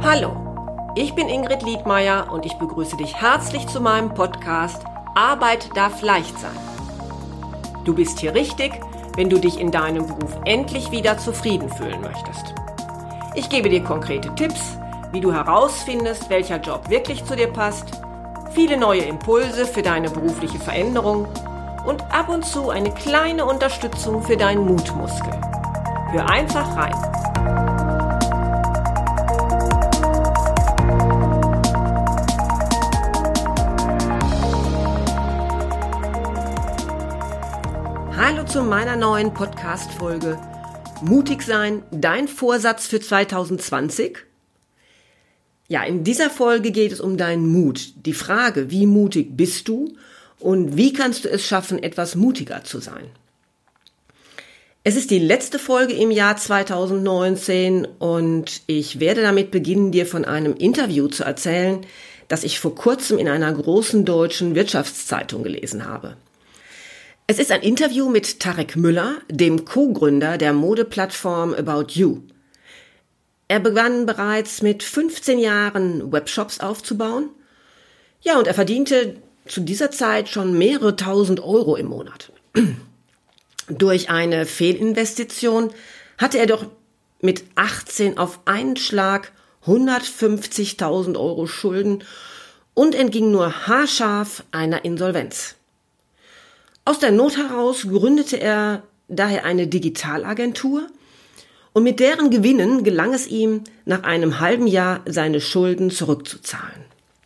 Hallo, ich bin Ingrid Liedmeier und ich begrüße dich herzlich zu meinem Podcast Arbeit darf leicht sein. Du bist hier richtig, wenn du dich in deinem Beruf endlich wieder zufrieden fühlen möchtest. Ich gebe dir konkrete Tipps, wie du herausfindest, welcher Job wirklich zu dir passt, viele neue Impulse für deine berufliche Veränderung und ab und zu eine kleine Unterstützung für deinen Mutmuskel. Hör einfach rein. Hallo zu meiner neuen Podcast-Folge Mutig sein, dein Vorsatz für 2020? Ja, in dieser Folge geht es um deinen Mut. Die Frage, wie mutig bist du und wie kannst du es schaffen, etwas mutiger zu sein? Es ist die letzte Folge im Jahr 2019 und ich werde damit beginnen, dir von einem Interview zu erzählen, das ich vor kurzem in einer großen deutschen Wirtschaftszeitung gelesen habe. Es ist ein Interview mit Tarek Müller, dem Co-Gründer der Modeplattform About You. Er begann bereits mit 15 Jahren Webshops aufzubauen. Ja, und er verdiente zu dieser Zeit schon mehrere tausend Euro im Monat. Durch eine Fehlinvestition hatte er doch mit 18 auf einen Schlag 150.000 Euro Schulden und entging nur haarscharf einer Insolvenz. Aus der Not heraus gründete er daher eine Digitalagentur und mit deren Gewinnen gelang es ihm, nach einem halben Jahr seine Schulden zurückzuzahlen.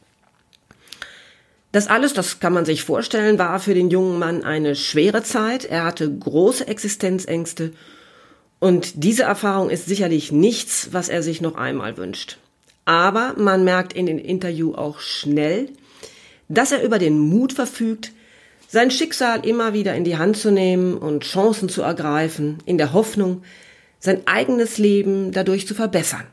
Das alles, das kann man sich vorstellen, war für den jungen Mann eine schwere Zeit. Er hatte große Existenzängste und diese Erfahrung ist sicherlich nichts, was er sich noch einmal wünscht. Aber man merkt in dem Interview auch schnell, dass er über den Mut verfügt, sein Schicksal immer wieder in die Hand zu nehmen und Chancen zu ergreifen, in der Hoffnung, sein eigenes Leben dadurch zu verbessern.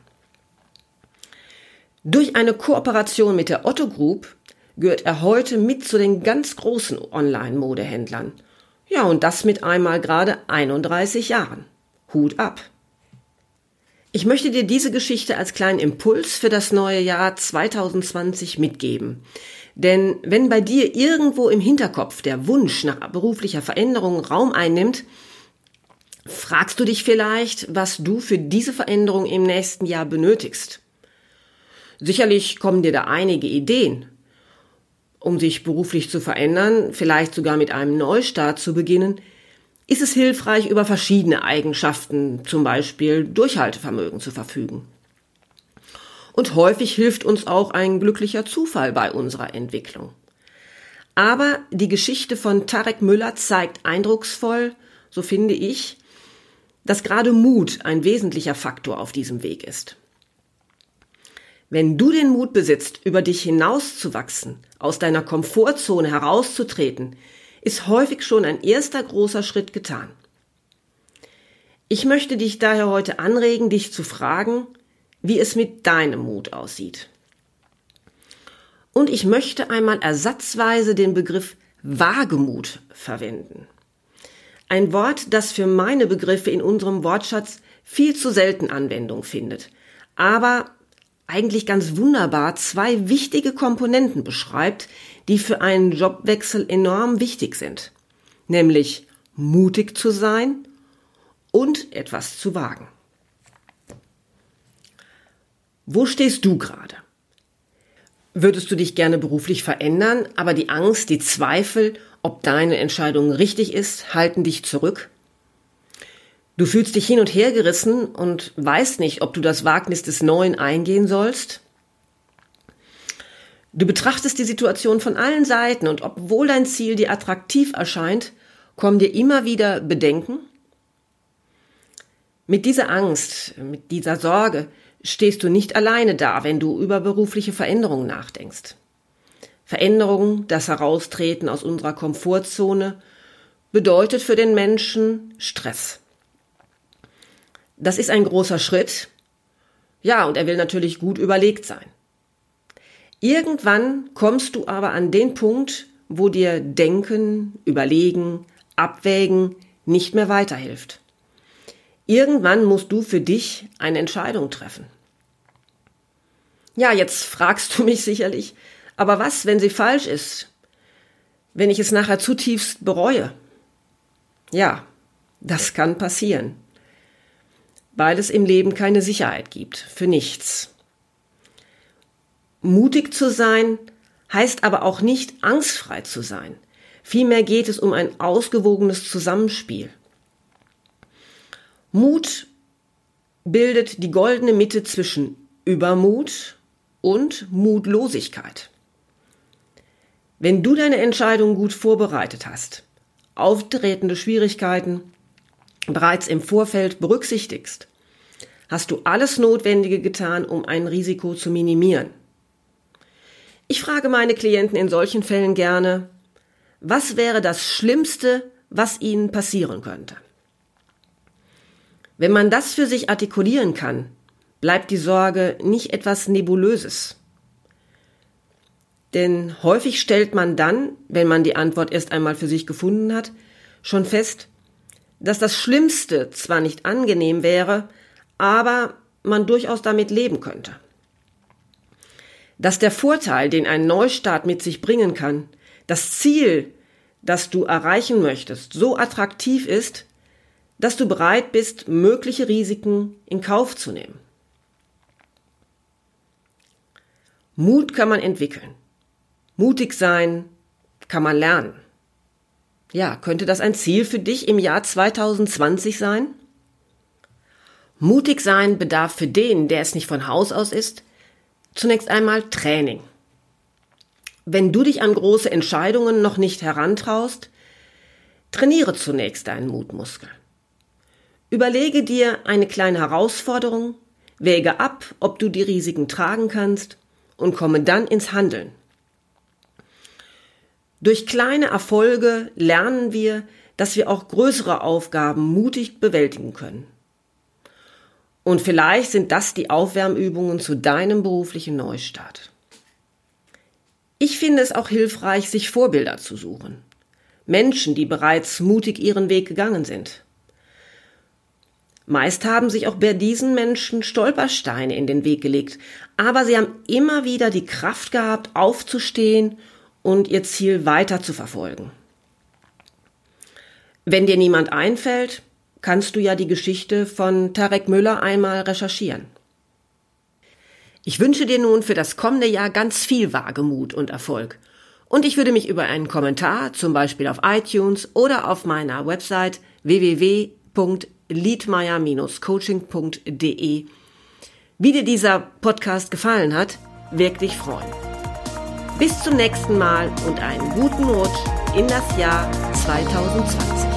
Durch eine Kooperation mit der Otto Group gehört er heute mit zu den ganz großen Online-Modehändlern. Ja, und das mit einmal gerade 31 Jahren. Hut ab! Ich möchte dir diese Geschichte als kleinen Impuls für das neue Jahr 2020 mitgeben. Denn wenn bei dir irgendwo im Hinterkopf der Wunsch nach beruflicher Veränderung Raum einnimmt, fragst du dich vielleicht, was du für diese Veränderung im nächsten Jahr benötigst. Sicherlich kommen dir da einige Ideen, um sich beruflich zu verändern, vielleicht sogar mit einem Neustart zu beginnen, ist es hilfreich, über verschiedene Eigenschaften, zum Beispiel Durchhaltevermögen, zu verfügen. Und häufig hilft uns auch ein glücklicher Zufall bei unserer Entwicklung. Aber die Geschichte von Tarek Müller zeigt eindrucksvoll, so finde ich, dass gerade Mut ein wesentlicher Faktor auf diesem Weg ist. Wenn du den Mut besitzt, über dich hinauszuwachsen, aus deiner Komfortzone herauszutreten, ist häufig schon ein erster großer Schritt getan. Ich möchte dich daher heute anregen, dich zu fragen, wie es mit deinem Mut aussieht. Und ich möchte einmal ersatzweise den Begriff Wagemut verwenden. Ein Wort, das für meine Begriffe in unserem Wortschatz viel zu selten Anwendung findet, aber eigentlich ganz wunderbar zwei wichtige Komponenten beschreibt, die für einen Jobwechsel enorm wichtig sind, nämlich mutig zu sein und etwas zu wagen. Wo stehst du gerade? Würdest du dich gerne beruflich verändern, aber die Angst, die Zweifel, ob deine Entscheidung richtig ist, halten dich zurück? Du fühlst dich hin und her gerissen und weißt nicht, ob du das Wagnis des Neuen eingehen sollst? Du betrachtest die Situation von allen Seiten und obwohl dein Ziel dir attraktiv erscheint, kommen dir immer wieder Bedenken? Mit dieser Angst, mit dieser Sorge stehst du nicht alleine da, wenn du über berufliche Veränderungen nachdenkst. Veränderung, das Heraustreten aus unserer Komfortzone, bedeutet für den Menschen Stress. Das ist ein großer Schritt. Ja, und er will natürlich gut überlegt sein. Irgendwann kommst du aber an den Punkt, wo dir Denken, Überlegen, Abwägen nicht mehr weiterhilft. Irgendwann musst du für dich eine Entscheidung treffen. Ja, jetzt fragst du mich sicherlich, aber was, wenn sie falsch ist? Wenn ich es nachher zutiefst bereue? Ja, das kann passieren, weil es im Leben keine Sicherheit gibt, für nichts. Mutig zu sein heißt aber auch nicht angstfrei zu sein. Vielmehr geht es um ein ausgewogenes Zusammenspiel. Mut bildet die goldene Mitte zwischen Übermut und Mutlosigkeit. Wenn du deine Entscheidung gut vorbereitet hast, auftretende Schwierigkeiten bereits im Vorfeld berücksichtigst, hast du alles Notwendige getan, um ein Risiko zu minimieren. Ich frage meine Klienten in solchen Fällen gerne, was wäre das Schlimmste, was ihnen passieren könnte? Wenn man das für sich artikulieren kann, bleibt die Sorge nicht etwas Nebulöses. Denn häufig stellt man dann, wenn man die Antwort erst einmal für sich gefunden hat, schon fest, dass das Schlimmste zwar nicht angenehm wäre, aber man durchaus damit leben könnte. Dass der Vorteil, den ein Neustart mit sich bringen kann, das Ziel, das du erreichen möchtest, so attraktiv ist, dass du bereit bist, mögliche Risiken in Kauf zu nehmen. Mut kann man entwickeln. Mutig sein kann man lernen. Ja, könnte das ein Ziel für dich im Jahr 2020 sein? Mutig sein bedarf für den, der es nicht von Haus aus ist, zunächst einmal Training. Wenn du dich an große Entscheidungen noch nicht herantraust, trainiere zunächst deinen Mutmuskel. Überlege dir eine kleine Herausforderung, wäge ab, ob du die Risiken tragen kannst und komme dann ins Handeln. Durch kleine Erfolge lernen wir, dass wir auch größere Aufgaben mutig bewältigen können. Und vielleicht sind das die Aufwärmübungen zu deinem beruflichen Neustart. Ich finde es auch hilfreich, sich Vorbilder zu suchen. Menschen, die bereits mutig ihren Weg gegangen sind. Meist haben sich auch bei diesen Menschen Stolpersteine in den Weg gelegt, aber sie haben immer wieder die Kraft gehabt, aufzustehen und ihr Ziel weiter zu verfolgen. Wenn dir niemand einfällt, kannst du ja die Geschichte von Tarek Müller einmal recherchieren. Ich wünsche dir nun für das kommende Jahr ganz viel Wagemut und Erfolg. Und ich würde mich über einen Kommentar, zum Beispiel auf iTunes oder auf meiner Website www.liedmeier-coaching.de, wie dir dieser Podcast gefallen hat, wirklich freuen. Bis zum nächsten Mal und einen guten Rutsch in das Jahr 2020.